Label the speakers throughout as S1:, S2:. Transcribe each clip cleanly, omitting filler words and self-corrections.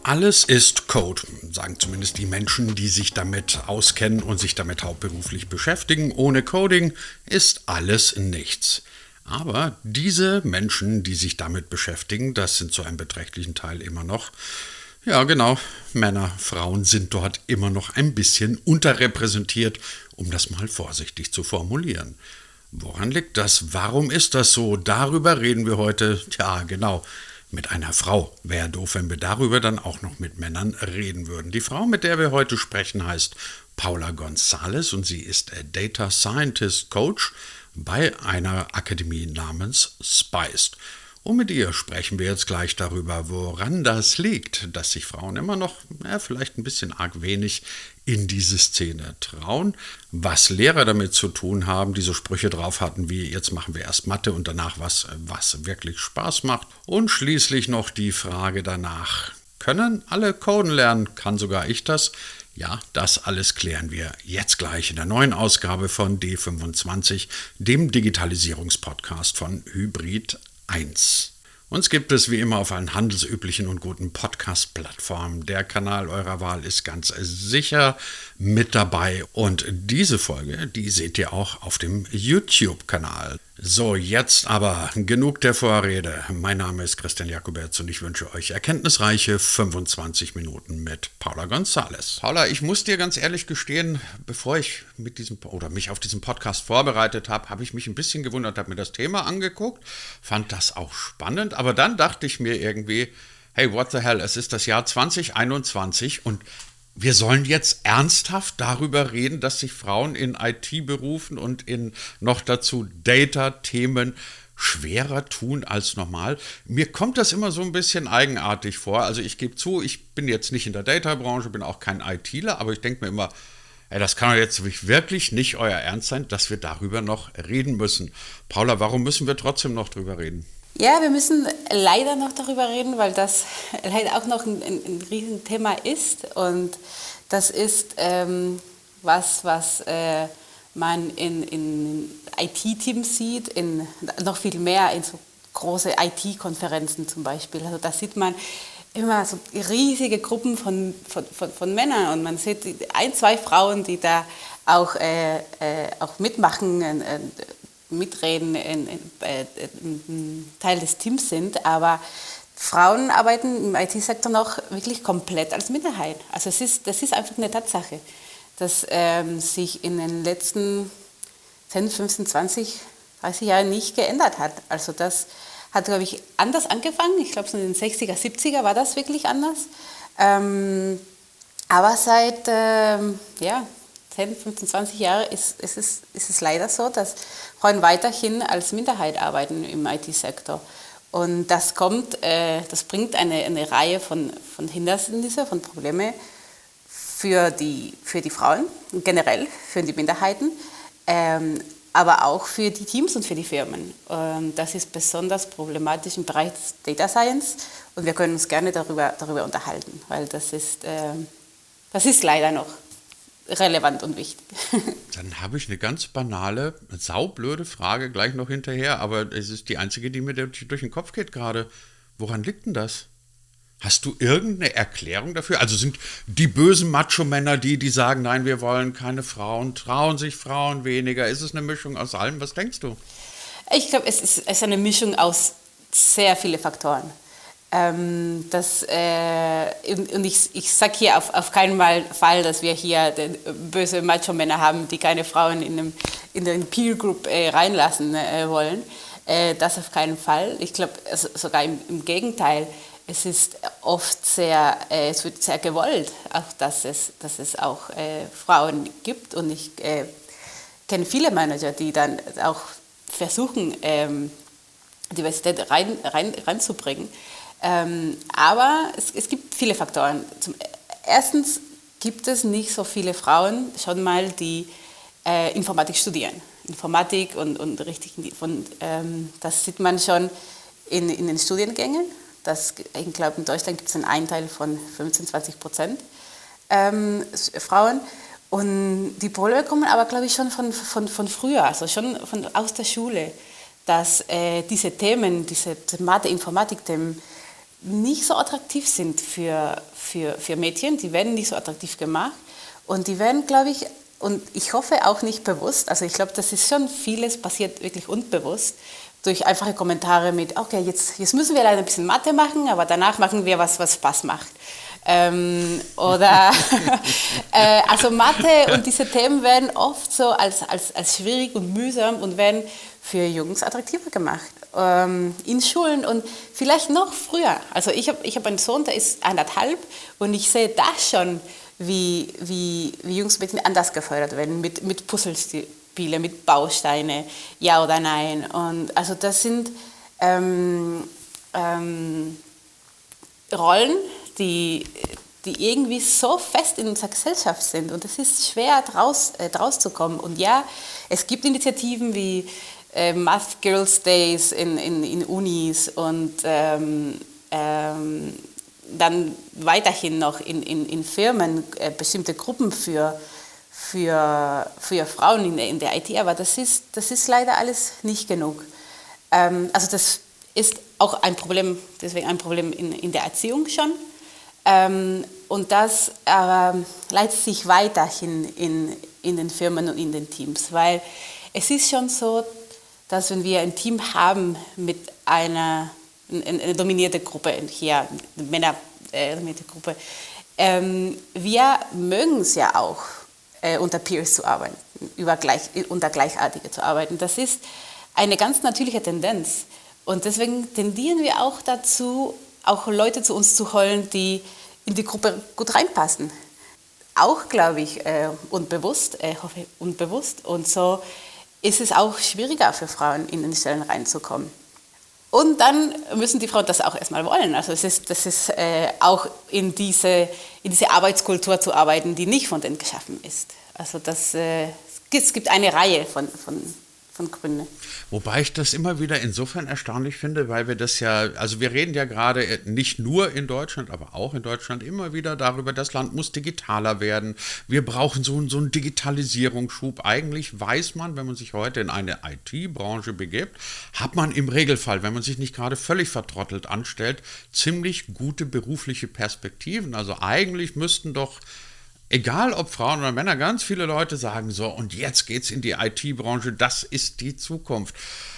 S1: Alles ist Code, sagen zumindest die Menschen, die sich damit auskennen und sich damit hauptberuflich beschäftigen. Ohne Coding ist alles nichts. Aber diese Menschen, die sich damit beschäftigen, das sind zu einem beträchtlichen Teil immer noch, ja genau, Männer, Frauen sind dort immer noch ein bisschen unterrepräsentiert, um das mal vorsichtig zu formulieren. Woran liegt das? Warum ist das so? Darüber reden wir heute, ja genau, mit einer Frau. Wäre doof, wenn wir darüber dann auch noch mit Männern reden würden. Die Frau, mit der wir heute sprechen, heißt Paula González und sie ist Data Scientist Coach bei einer Akademie namens Spiced. Und mit ihr sprechen wir jetzt gleich darüber, woran das liegt, dass sich Frauen immer noch vielleicht ein bisschen arg wenig in diese Szene trauen, was Lehrer damit zu tun haben, die so Sprüche drauf hatten wie jetzt machen wir erst Mathe und danach was wirklich Spaß macht. Und schließlich noch die Frage danach, können alle Coden lernen? Kann sogar ich das? Ja, das alles klären wir jetzt gleich in der neuen Ausgabe von D25, dem Digitalisierungspodcast von Hybrid 1. Uns gibt es wie immer auf allen handelsüblichen und guten Podcast-Plattformen. Der Kanal eurer Wahl ist ganz sicher mit dabei. Und diese Folge, die seht ihr auch auf dem YouTube-Kanal. So, jetzt aber genug der Vorrede. Mein Name ist Christian Jakoberts und ich wünsche euch erkenntnisreiche 25 Minuten mit Paula González. Paula, ich muss dir ganz ehrlich gestehen, bevor ich mich auf diesen Podcast vorbereitet habe, habe ich mich ein bisschen gewundert, habe mir das Thema angeguckt, fand das auch spannend, aber dann dachte ich mir irgendwie, hey, what the hell, es ist das Jahr 2021 und wir sollen jetzt ernsthaft darüber reden, dass sich Frauen in IT-Berufen und in noch dazu Data-Themen schwerer tun als normal. Mir kommt das immer so ein bisschen eigenartig vor. Also ich gebe zu, ich bin jetzt nicht in der Data-Branche, bin auch kein ITler, aber ich denke mir immer, das kann doch jetzt wirklich nicht euer Ernst sein, dass wir darüber noch reden müssen. Paula, warum müssen wir trotzdem noch drüber reden?
S2: Ja, wir müssen leider noch darüber reden, weil das leider auch noch ein Riesenthema ist. Und das ist was man in IT-Teams sieht, in noch viel mehr in so große IT-Konferenzen zum Beispiel. Also da sieht man immer so riesige Gruppen von Männern und man sieht 1, 2 Frauen, die da auch mitmachen, mitreden, Teil des Teams sind, aber Frauen arbeiten im IT-Sektor noch wirklich komplett als Minderheit. Also das ist einfach eine Tatsache, dass sich in den letzten 10, 15, 20, 30 Jahren nicht geändert hat. Also das hat, glaube ich, anders angefangen. Ich glaube, so in den 60er, 70er war das wirklich anders. Aber seit 10, 15, 20 Jahren ist es leider so, dass Frauen weiterhin als Minderheit arbeiten im IT-Sektor. Und das bringt eine Reihe von Hindernissen, von Problemen für die Frauen, generell für die Minderheiten, aber auch für die Teams und für die Firmen. Das ist besonders problematisch im Bereich des Data Science und wir können uns gerne darüber unterhalten, weil das ist leider noch relevant und wichtig.
S1: Dann habe ich eine ganz banale, saublöde Frage gleich noch hinterher, aber es ist die einzige, die mir durch den Kopf geht gerade. Woran liegt denn das? Hast du irgendeine Erklärung dafür? Also sind die bösen Macho-Männer die sagen, nein, wir wollen keine Frauen, trauen sich Frauen weniger? Ist es eine Mischung aus allem? Was denkst du?
S2: Ich glaube, es ist eine Mischung aus sehr vielen Faktoren. Und ich sage hier auf keinen Fall, dass wir hier böse Macho-Männer haben, die keine Frauen in den Peer Group reinlassen wollen. Das auf keinen Fall. Ich glaube sogar im Gegenteil. Es ist oft es wird sehr gewollt, auch dass es auch Frauen gibt. Und ich kenne viele Manager, die dann auch versuchen, Diversität reinzubringen. Aber es gibt viele Faktoren. Erstens gibt es nicht so viele Frauen schon mal, die Informatik studieren. Informatik und richtig, das sieht man schon in den Studiengängen. Ich glaube, in Deutschland gibt es einen Anteil von 15-20% Frauen. Und die Probleme kommen aber, glaube ich, schon von früher, also schon aus der Schule, dass diese Themen, diese Mathe-Informatik-Themen nicht so attraktiv sind für Mädchen. Die werden nicht so attraktiv gemacht und die werden, glaube ich, und ich hoffe auch nicht bewusst, also ich glaube, das ist schon vieles passiert wirklich unbewusst, durch einfache Kommentare mit, okay, jetzt müssen wir leider ein bisschen Mathe machen, aber danach machen wir was Spaß macht. Also Mathe und diese Themen werden oft so als schwierig und mühsam und werden für Jungs attraktiver gemacht. In Schulen und vielleicht noch früher. Also ich hab einen Sohn, der ist 1,5 und ich sehe da schon, wie Jungs und Mädchen anders gefördert werden, mit Puzzlespiele, mit Bausteine, ja oder nein. Und also das sind Rollen, die irgendwie so fest in unserer Gesellschaft sind und es ist schwer, draus zu kommen. Und ja, es gibt Initiativen wie Math Girls Days in Unis und dann weiterhin noch in Firmen bestimmte Gruppen für Frauen in der IT, aber das ist leider alles nicht genug. Also das ist auch ein Problem, deswegen ein Problem in der Erziehung schon. Und das leitet sich weiterhin in den Firmen und in den Teams, weil es ist schon so, dass wenn wir ein Team haben mit eine dominierte Gruppe, hier eine männerdominierte Gruppe, wir mögen es ja auch, unter Peers zu arbeiten, unter Gleichartige zu arbeiten. Das ist eine ganz natürliche Tendenz. Und deswegen tendieren wir auch dazu, auch Leute zu uns zu holen, die in die Gruppe gut reinpassen. Auch, glaube ich, unbewusst. Und so ist es auch schwieriger für Frauen, in den Stellen reinzukommen. Und dann müssen die Frauen das auch erstmal wollen. Also das ist auch in diese Arbeitskultur zu arbeiten, die nicht von denen geschaffen ist. Also es gibt eine Reihe von Gründen.
S1: Wobei ich das immer wieder insofern erstaunlich finde, weil wir das ja, also wir reden ja gerade nicht nur in Deutschland, aber auch in Deutschland immer wieder darüber, das Land muss digitaler werden. Wir brauchen so einen Digitalisierungsschub. Eigentlich weiß man, wenn man sich heute in eine IT-Branche begibt, hat man im Regelfall, wenn man sich nicht gerade völlig vertrottelt anstellt, ziemlich gute berufliche Perspektiven. Also eigentlich müssten doch, egal ob Frauen oder Männer, ganz viele Leute sagen so, und jetzt geht's in die IT-Branche, das ist die Zukunft.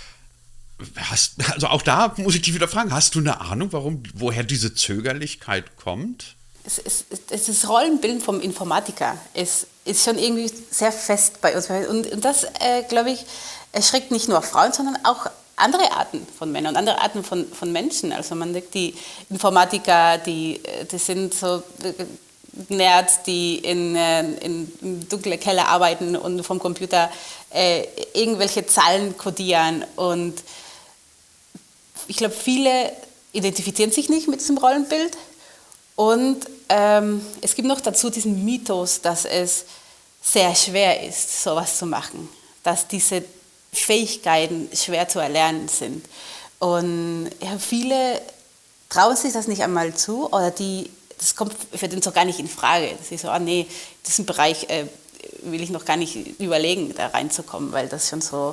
S1: Also auch da muss ich dich wieder fragen, hast du eine Ahnung, woher diese Zögerlichkeit kommt?
S2: Das Rollenbild vom Informatiker ist schon irgendwie sehr fest bei uns. Und das, glaube ich, erschreckt nicht nur Frauen, sondern auch andere Arten von Männern und andere Arten von Menschen. Also man denkt, die Informatiker, die sind so Nerds, die in dunkle Keller arbeiten und vom Computer irgendwelche Zahlen kodieren. Und ich glaube, viele identifizieren sich nicht mit diesem Rollenbild. Und es gibt noch dazu diesen Mythos, dass es sehr schwer ist, sowas zu machen. Dass diese Fähigkeiten schwer zu erlernen sind. Und ja, viele trauen sich das nicht einmal zu oder das kommt für den so gar nicht in Frage. Das ist so, nee, diesen Bereich will ich noch gar nicht überlegen, da reinzukommen, weil das schon so,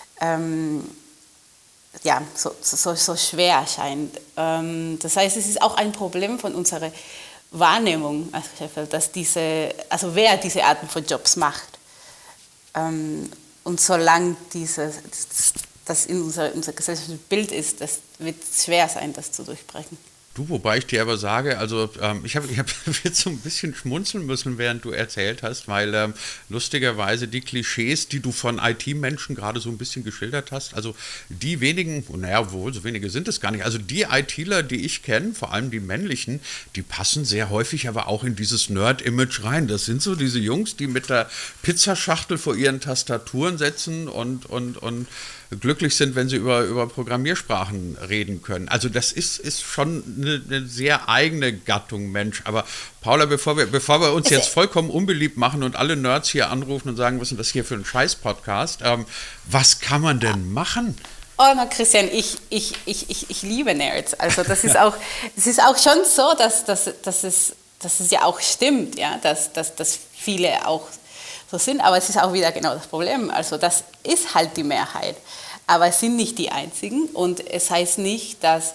S2: so schwer erscheint. Das heißt, es ist auch ein Problem von unserer Wahrnehmung als Geschäftsfeld, dass wer diese Arten von Jobs macht. Und solange das in unser gesellschaftliches Bild ist, das wird schwer sein, das zu durchbrechen.
S1: Du, wobei ich dir aber sage, also ich hab jetzt so ein bisschen schmunzeln müssen, während du erzählt hast, weil lustigerweise die Klischees, die du von IT-Menschen gerade so ein bisschen geschildert hast, also die wenigen, naja, wohl, so wenige sind es gar nicht, also die ITler, die ich kenne, vor allem die männlichen, die passen sehr häufig aber auch in dieses Nerd-Image rein. Das sind so diese Jungs, die mit der Pizzaschachtel vor ihren Tastaturen sitzen und glücklich sind, wenn sie über Programmiersprachen reden können. Also das ist schon eine sehr eigene Gattung Mensch. Aber Paula, bevor wir uns jetzt vollkommen unbeliebt machen und alle Nerds hier anrufen und sagen, was ist das hier für ein Scheiß-Podcast, was kann man denn machen?
S2: Oh, na Christian, ich liebe Nerds. Also das ist auch schon so, dass es ja auch stimmt, ja, dass viele auch so sind, aber es ist auch wieder genau das Problem. Also das ist halt die Mehrheit, aber es sind nicht die einzigen und es heißt nicht, dass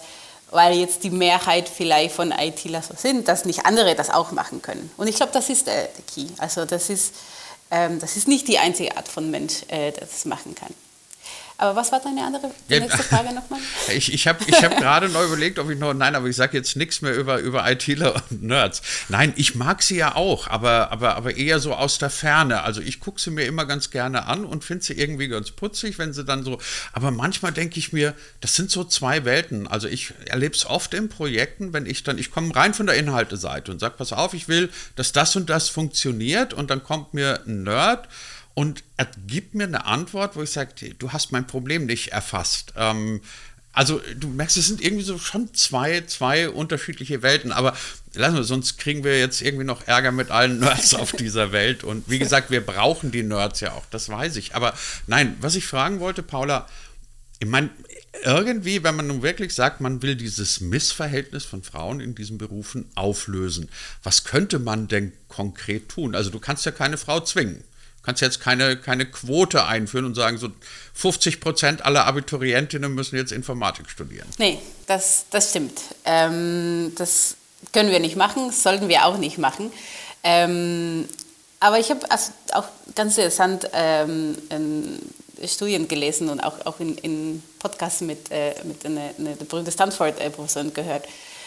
S2: weil jetzt die Mehrheit vielleicht von ITler so sind, dass nicht andere das auch machen können. Und ich glaube, das ist der Key. Also das ist nicht die einzige Art von Mensch, der das machen kann. Aber was war deine die nächste Frage nochmal?
S1: Ich hab gerade neu überlegt, ob ich noch, nein, aber ich sage jetzt nichts mehr über ITler und Nerds. Nein, ich mag sie ja auch, aber eher so aus der Ferne. Also ich gucke sie mir immer ganz gerne an und finde sie irgendwie ganz putzig, wenn sie dann so, aber manchmal denke ich mir, das sind so zwei Welten. Also ich erlebe es oft in Projekten, wenn ich komme rein von der Inhalteseite und sage, pass auf, ich will, dass das und das funktioniert und dann kommt mir ein Nerd und er gibt mir eine Antwort, wo ich sage, du hast mein Problem nicht erfasst. Also du merkst, es sind irgendwie so schon zwei unterschiedliche Welten, aber lassen wir, sonst kriegen wir jetzt irgendwie noch Ärger mit allen Nerds auf dieser Welt. Und wie gesagt, wir brauchen die Nerds ja auch, das weiß ich. Aber nein, was ich fragen wollte, Paula, ich meine, irgendwie, wenn man nun wirklich sagt, man will dieses Missverhältnis von Frauen in diesen Berufen auflösen, was könnte man denn konkret tun? Also du kannst ja keine Frau zwingen. Du kannst jetzt keine Quote einführen und sagen, so 50% aller Abiturientinnen müssen jetzt Informatik studieren.
S2: Nee, das stimmt. Das können wir nicht machen, sollten wir auch nicht machen. Aber ich habe also auch ganz interessant Studien gelesen und auch in Podcasts mit einer berühmten Stanford-Professorin gehört.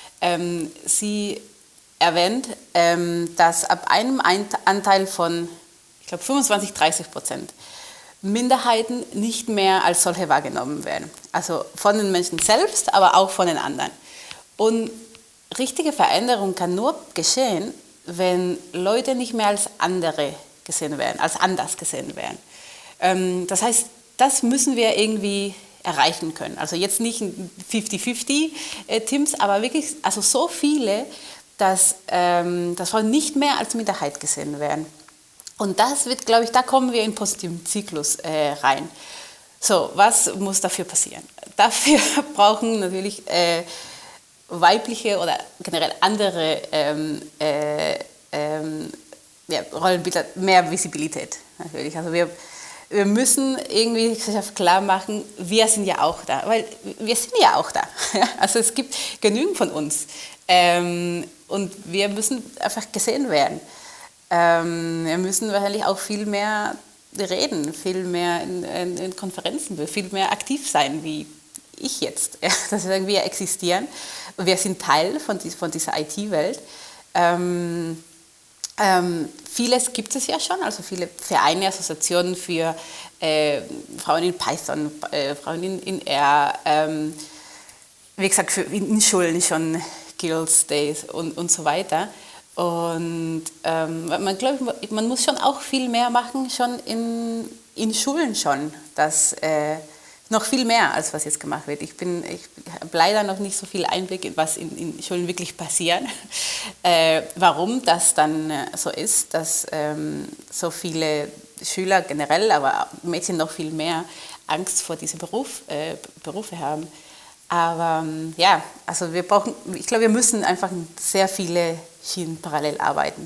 S2: Sie erwähnt, dass ab einem Anteil von, ich glaube 25-30% Minderheiten nicht mehr als solche wahrgenommen werden. Also von den Menschen selbst, aber auch von den anderen. Und richtige Veränderung kann nur geschehen, wenn Leute nicht mehr als andere gesehen werden, als anders gesehen werden. Das heißt, das müssen wir irgendwie erreichen können. Also jetzt nicht 50-50 Teams, aber wirklich also so viele, dass Frauen nicht mehr als Minderheit gesehen werden. Und das wird, glaube ich, da kommen wir in einen positiven Zyklus rein. So, was muss dafür passieren? Dafür brauchen natürlich weibliche oder generell andere Rollenbilder mehr Visibilität. Natürlich. Also wir müssen irgendwie die Gesellschaft klar machen, wir sind ja auch da, weil wir sind ja auch da. Also es gibt genügend von uns und wir müssen einfach gesehen werden. Wir müssen wahrscheinlich auch viel mehr reden, viel mehr in Konferenzen, viel mehr aktiv sein, wie ich jetzt. Dass wir sagen, wir existieren, wir sind Teil von dieser IT-Welt. Vieles gibt es ja schon, also viele Vereine, Assoziationen für Frauen in Python, Frauen in R, wie gesagt, in Schulen schon Girls Days und so weiter. Und man muss schon auch viel mehr machen, schon in Schulen schon, dass noch viel mehr, als was jetzt gemacht wird. Ich habe leider noch nicht so viel Einblick in was in Schulen wirklich passiert. Warum das dann so ist, dass so viele Schüler generell, aber Mädchen noch viel mehr Angst vor diesen Berufe haben. Aber ja, also ich glaube, wir müssen einfach in sehr viele Schienen parallel arbeiten.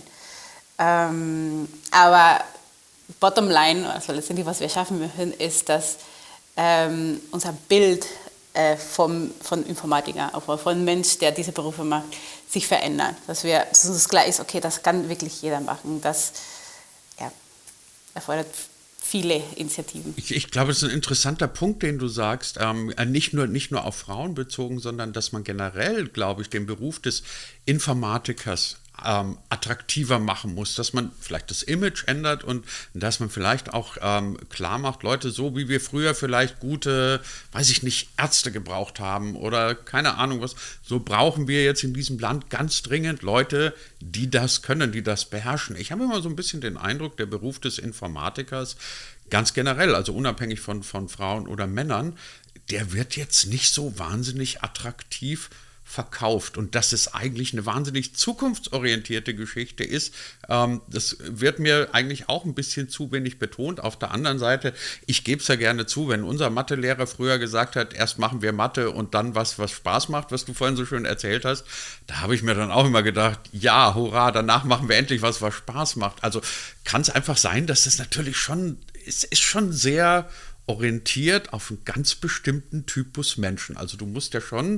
S2: Aber bottom line, also letztendlich, was wir schaffen müssen, ist, dass unser Bild von Informatiker, auch von Mensch, der diese Berufe macht, sich verändert. Dass uns klar ist, okay, das kann wirklich jeder machen. Das erfordert viele Initiativen.
S1: Ich glaube, es ist ein interessanter Punkt, den du sagst, nicht nur auf Frauen bezogen, sondern dass man generell, glaube ich, den Beruf des Informatikers attraktiver machen muss, dass man vielleicht das Image ändert und dass man vielleicht auch klar macht, Leute, so wie wir früher vielleicht gute, weiß ich nicht, Ärzte gebraucht haben oder keine Ahnung was, so brauchen wir jetzt in diesem Land ganz dringend Leute, die das können, die das beherrschen. Ich habe immer so ein bisschen den Eindruck, der Beruf des Informatikers ganz generell, also unabhängig von Frauen oder Männern, der wird jetzt nicht so wahnsinnig attraktiv verkauft und dass es eigentlich eine wahnsinnig zukunftsorientierte Geschichte ist, das wird mir eigentlich auch ein bisschen zu wenig betont. Auf der anderen Seite, ich gebe es ja gerne zu, wenn unser Mathelehrer früher gesagt hat, erst machen wir Mathe und dann was Spaß macht, was du vorhin so schön erzählt hast, da habe ich mir dann auch immer gedacht, ja, hurra, danach machen wir endlich was Spaß macht. Also kann es einfach sein, dass es natürlich schon, es ist schon sehr orientiert auf einen ganz bestimmten Typus Menschen. Also du musst ja schon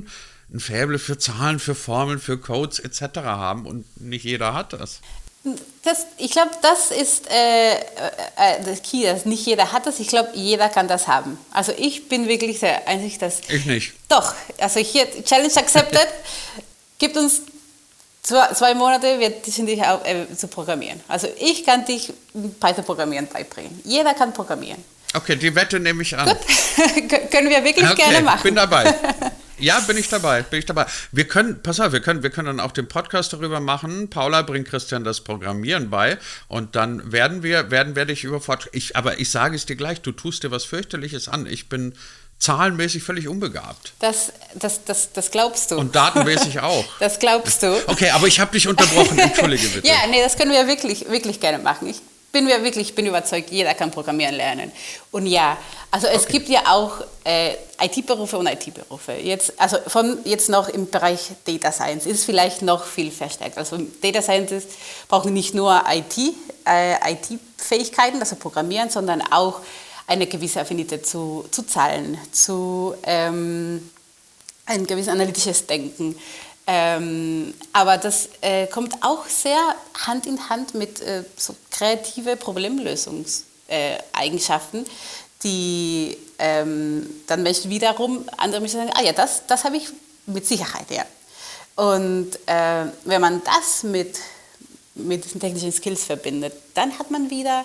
S1: ein Faible für Zahlen, für Formeln, für Codes etc. haben und nicht jeder hat das.
S2: Ich glaube, das ist das Key, dass nicht jeder hat das. Ich glaube, jeder kann das haben. Also ich bin wirklich der Einzige, dass...
S1: Ich nicht.
S2: Doch, also hier, Challenge accepted, gibt uns 2 Monate, wir sind dich auch zu programmieren. Also ich kann dich Python-Programmieren beibringen. Jeder kann programmieren.
S1: Okay, die Wette nehme ich an.
S2: Gut, können wir wirklich gerne machen.
S1: Bin dabei. Ja, bin ich dabei. Wir können dann auch den Podcast darüber machen. Paula bringt Christian das Programmieren bei und dann werde ich überfordert. Aber ich sage es dir gleich, du tust dir was fürchterliches an. Ich bin zahlenmäßig völlig unbegabt.
S2: Das glaubst du.
S1: Und datenmäßig auch.
S2: Das glaubst du.
S1: Okay, aber ich habe dich unterbrochen, entschuldige bitte.
S2: Ja, nee, das können wir wirklich, wirklich gerne machen. Ich bin überzeugt, jeder kann programmieren lernen. Und ja, also es gibt ja auch IT-Berufe und IT-Berufe. Jetzt noch im Bereich Data Science ist es vielleicht noch viel verstärkt. Also Data Scientists brauchen nicht nur IT-Fähigkeiten, also Programmieren, sondern auch eine gewisse Affinität zu Zahlen, zu ein gewisses analytisches Denken. Aber das kommt auch sehr Hand in Hand mit so kreative Problemlösungseigenschaften, die dann andere Menschen sagen, ja, das habe ich mit Sicherheit, ja. Und wenn man das mit diesen technischen Skills verbindet, dann hat man wieder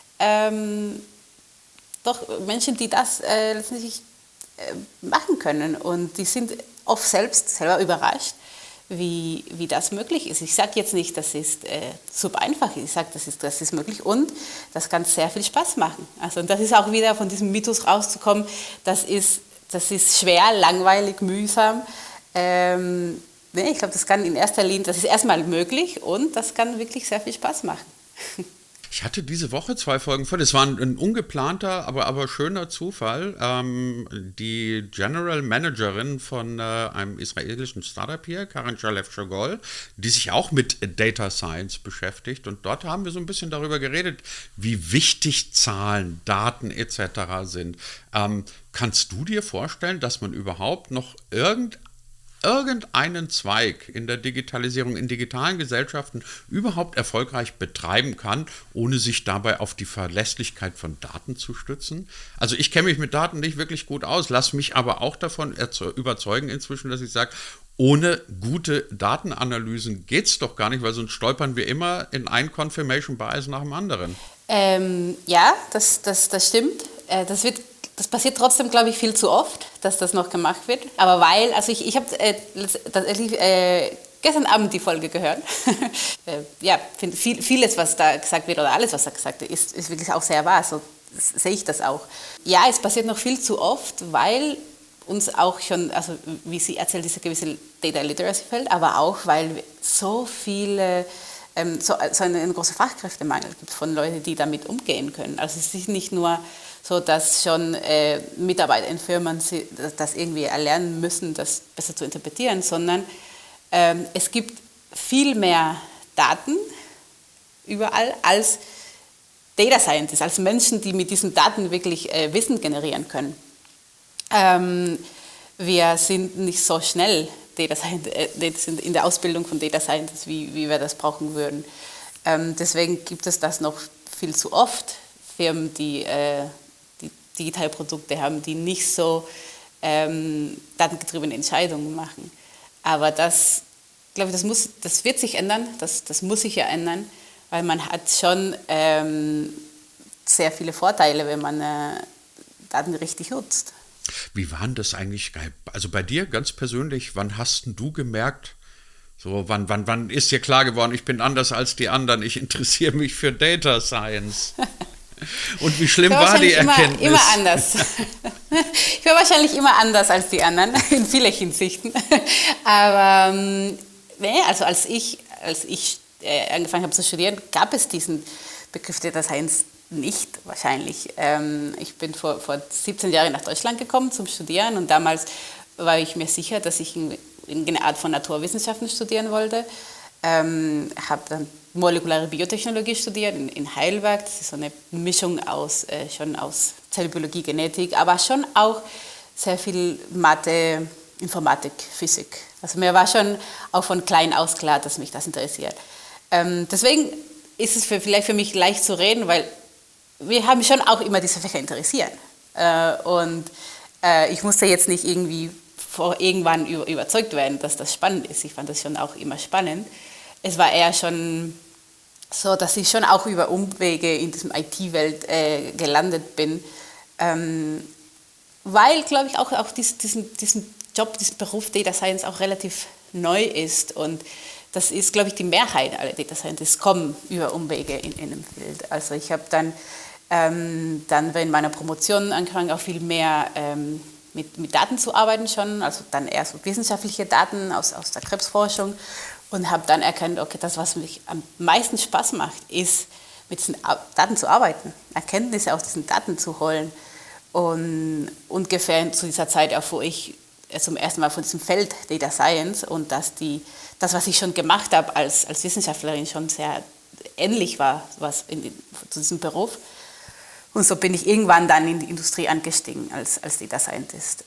S2: doch Menschen, die das letztendlich machen können. Und die sind oft selber überrascht, wie das möglich ist. Ich sage jetzt nicht, das ist super einfach. Ich sage, das ist möglich und das kann sehr viel Spaß machen. Also das ist auch wieder von diesem Mythos rauszukommen, das ist schwer, langweilig, mühsam. Ich glaube, das kann in erster Linie, das ist erstmal möglich und das kann wirklich sehr viel Spaß machen.
S1: Ich hatte diese Woche 2 Folgen vor. Das war ein ungeplanter, aber schöner Zufall. Die General Managerin von einem israelischen Startup hier, Karen Shalev-Shogol, die sich auch mit Data Science beschäftigt. Und dort haben wir so ein bisschen darüber geredet, wie wichtig Zahlen, Daten etc. sind. Kannst du dir vorstellen, dass man überhaupt noch irgendeinen Zweig in der Digitalisierung, in digitalen Gesellschaften überhaupt erfolgreich betreiben kann, ohne sich dabei auf die Verlässlichkeit von Daten zu stützen? Also ich kenne mich mit Daten nicht wirklich gut aus, lasse mich aber auch davon überzeugen inzwischen, dass ich sage, ohne gute Datenanalysen geht es doch gar nicht, weil sonst stolpern wir immer in ein Confirmation Bias nach dem anderen.
S2: Ja, das stimmt. Das passiert trotzdem, glaube ich, viel zu oft, dass das noch gemacht wird. Aber ich habe gestern Abend die Folge gehört. Ja, finde vieles, was da gesagt wird, oder alles, was da gesagt wird, ist wirklich auch sehr wahr. So sehe ich das auch. Ja, es passiert noch viel zu oft, weil uns auch schon, also wie sie erzählt, dieser gewisse Data Literacy fällt, aber auch, weil so viele so einen großen Fachkräftemangel gibt von Leuten, die damit umgehen können. Also es ist nicht nur so, dass schon Mitarbeiter in Firmen das irgendwie erlernen müssen, das besser zu interpretieren, sondern es gibt viel mehr Daten überall als Data Scientists, als Menschen, die mit diesen Daten wirklich Wissen generieren können. Wir sind nicht so schnell in der Ausbildung von Data Scientists, wie wir das brauchen würden. Deswegen gibt es das noch viel zu oft. Firmen, die digitale Produkte haben, die nicht so datengetriebene Entscheidungen machen. Aber das, glaube ich, das wird sich ändern, das muss sich ja ändern, weil man hat schon sehr viele Vorteile, wenn man Daten richtig nutzt.
S1: Wie war denn das eigentlich? Also bei dir ganz persönlich, wann hast du gemerkt, so wann ist dir klar geworden, ich bin anders als die anderen, ich interessiere mich für Data Science? Und wie schlimm war die Erkenntnis?
S2: Immer anders. Ich war wahrscheinlich immer anders als die anderen, in vielen Hinsichten. Aber also als ich angefangen habe zu studieren, gab es diesen Begriff Data Science nicht wahrscheinlich. Ich bin vor 17 Jahren nach Deutschland gekommen zum Studieren und damals war ich mir sicher, dass ich eine Art von Naturwissenschaften studieren wollte. Habe dann molekulare Biotechnologie studiert in Heidelberg. Das ist so eine Mischung schon aus Zellbiologie, Genetik, aber schon auch sehr viel Mathe, Informatik, Physik. Also mir war schon auch von klein aus klar, dass mich das interessiert. Deswegen ist es vielleicht für mich leicht zu reden, weil wir haben schon auch immer diese Fächer interessiert. Und ich musste jetzt nicht irgendwie irgendwann überzeugt werden, dass das spannend ist. Ich fand das schon auch immer spannend. Es war eher schon so, dass ich schon auch über Umwege in diesem IT-Welt gelandet bin, weil, glaube ich, auch diesen Job, diesen Beruf Data Science auch relativ neu ist. Und das ist, glaube ich, die Mehrheit aller Data Scientists kommen über Umwege in dem Feld. Also ich habe dann während meiner Promotion angefangen, auch viel mehr mit Daten zu arbeiten schon, also dann eher so wissenschaftliche Daten aus der Krebsforschung und habe dann erkannt, okay, das, was mich am meisten Spaß macht, ist, mit diesen Daten zu arbeiten, Erkenntnisse aus diesen Daten zu holen. Und ungefähr zu dieser Zeit auch, wo ich zum ersten Mal von diesem Feld Data Science und dass das, was ich schon gemacht habe als Wissenschaftlerin, schon sehr ähnlich war zu diesem Beruf. Und so bin ich irgendwann dann in die Industrie angestiegen als Data Scientist.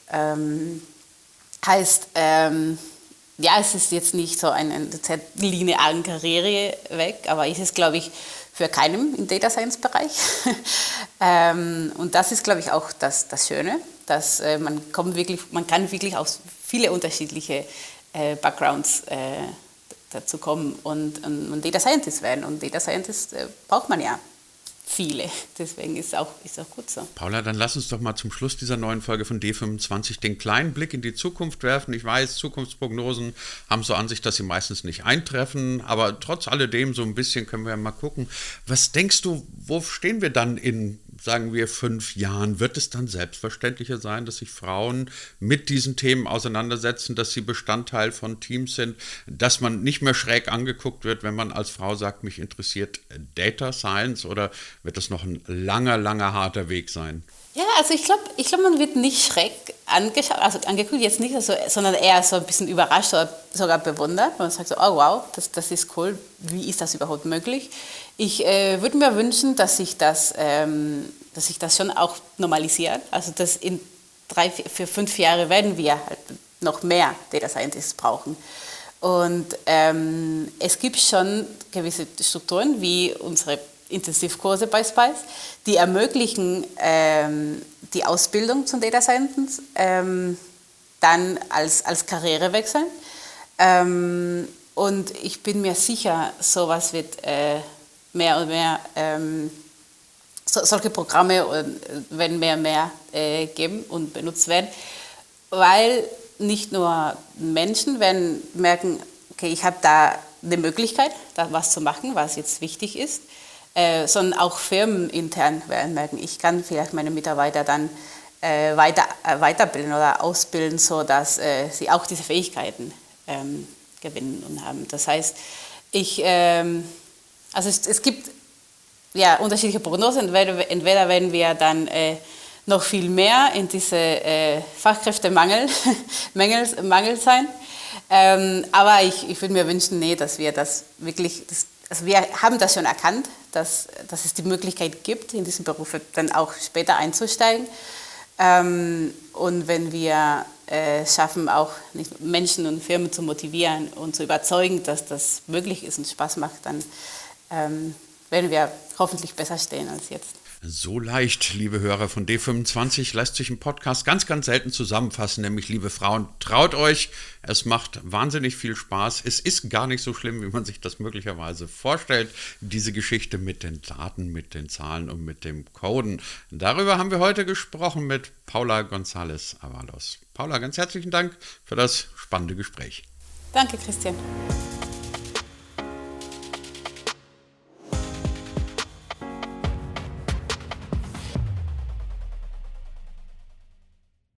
S2: Ja, es ist jetzt nicht so eine sehr lineare Karriereweg, aber ist es, glaube ich, für keinen im Data Science Bereich. Und das ist, glaube ich, auch das Schöne, dass man kann wirklich aus viele unterschiedliche Backgrounds dazu kommen und Data Scientist werden. Und Data Scientist braucht man ja viele. Deswegen ist auch gut so.
S1: Paula, dann lass uns doch mal zum Schluss dieser neuen Folge von D25 den kleinen Blick in die Zukunft werfen. Ich weiß, Zukunftsprognosen haben so an sich, dass sie meistens nicht eintreffen, aber trotz alledem so ein bisschen können wir ja mal gucken. Was denkst du, wo stehen wir dann in, sagen wir, 5 Jahren? Wird es dann selbstverständlicher sein, dass sich Frauen mit diesen Themen auseinandersetzen, dass sie Bestandteil von Teams sind, dass man nicht mehr schräg angeguckt wird, wenn man als Frau sagt, mich interessiert Data Science, oder wird das noch ein langer, harter Weg sein?
S2: Ja, also ich glaube, man wird nicht schräg angeschaut, also angeguckt jetzt nicht, sondern eher so ein bisschen überrascht oder sogar bewundert. Man sagt so, oh wow, das ist cool, wie ist das überhaupt möglich? Ich würde mir wünschen, dass sich das schon auch normalisiert. Also dass in 3, 4, 5 Jahre werden wir halt noch mehr Data Scientists brauchen. Und es gibt schon gewisse Strukturen, wie unsere Intensivkurse bei Spice, die ermöglichen die Ausbildung zum Data Scientist dann als Karrierewechsel. Und ich bin mir sicher, sowas wird mehr und mehr, solche Programme werden mehr geben und benutzt werden, weil nicht nur Menschen werden merken, okay, ich habe da eine Möglichkeit, da was zu machen, was jetzt wichtig ist, sondern auch Firmen intern werden merken, ich kann vielleicht meine Mitarbeiter dann weiterbilden oder ausbilden, sodass sie auch diese Fähigkeiten gewinnen und haben. Das heißt, es gibt ja unterschiedliche Prognosen. Entweder werden wir dann noch viel mehr in diese Fachkräftemangel sein, aber ich würde mir wünschen, dass wir das wirklich, also wir haben das schon erkannt, dass es die Möglichkeit gibt, in diesen Beruf dann auch später einzusteigen. Und wenn wir schaffen, auch Menschen und Firmen zu motivieren und zu überzeugen, dass das möglich ist und Spaß macht, dann werden wir hoffentlich besser stehen als jetzt.
S1: So leicht, liebe Hörer von D25, lässt sich ein Podcast ganz selten zusammenfassen, nämlich, liebe Frauen, traut euch, es macht wahnsinnig viel Spaß. Es ist gar nicht so schlimm, wie man sich das möglicherweise vorstellt, diese Geschichte mit den Daten, mit den Zahlen und mit dem Coden. Darüber haben wir heute gesprochen mit Paula González-Avalos. Paula, ganz herzlichen Dank für das spannende Gespräch.
S2: Danke, Christian.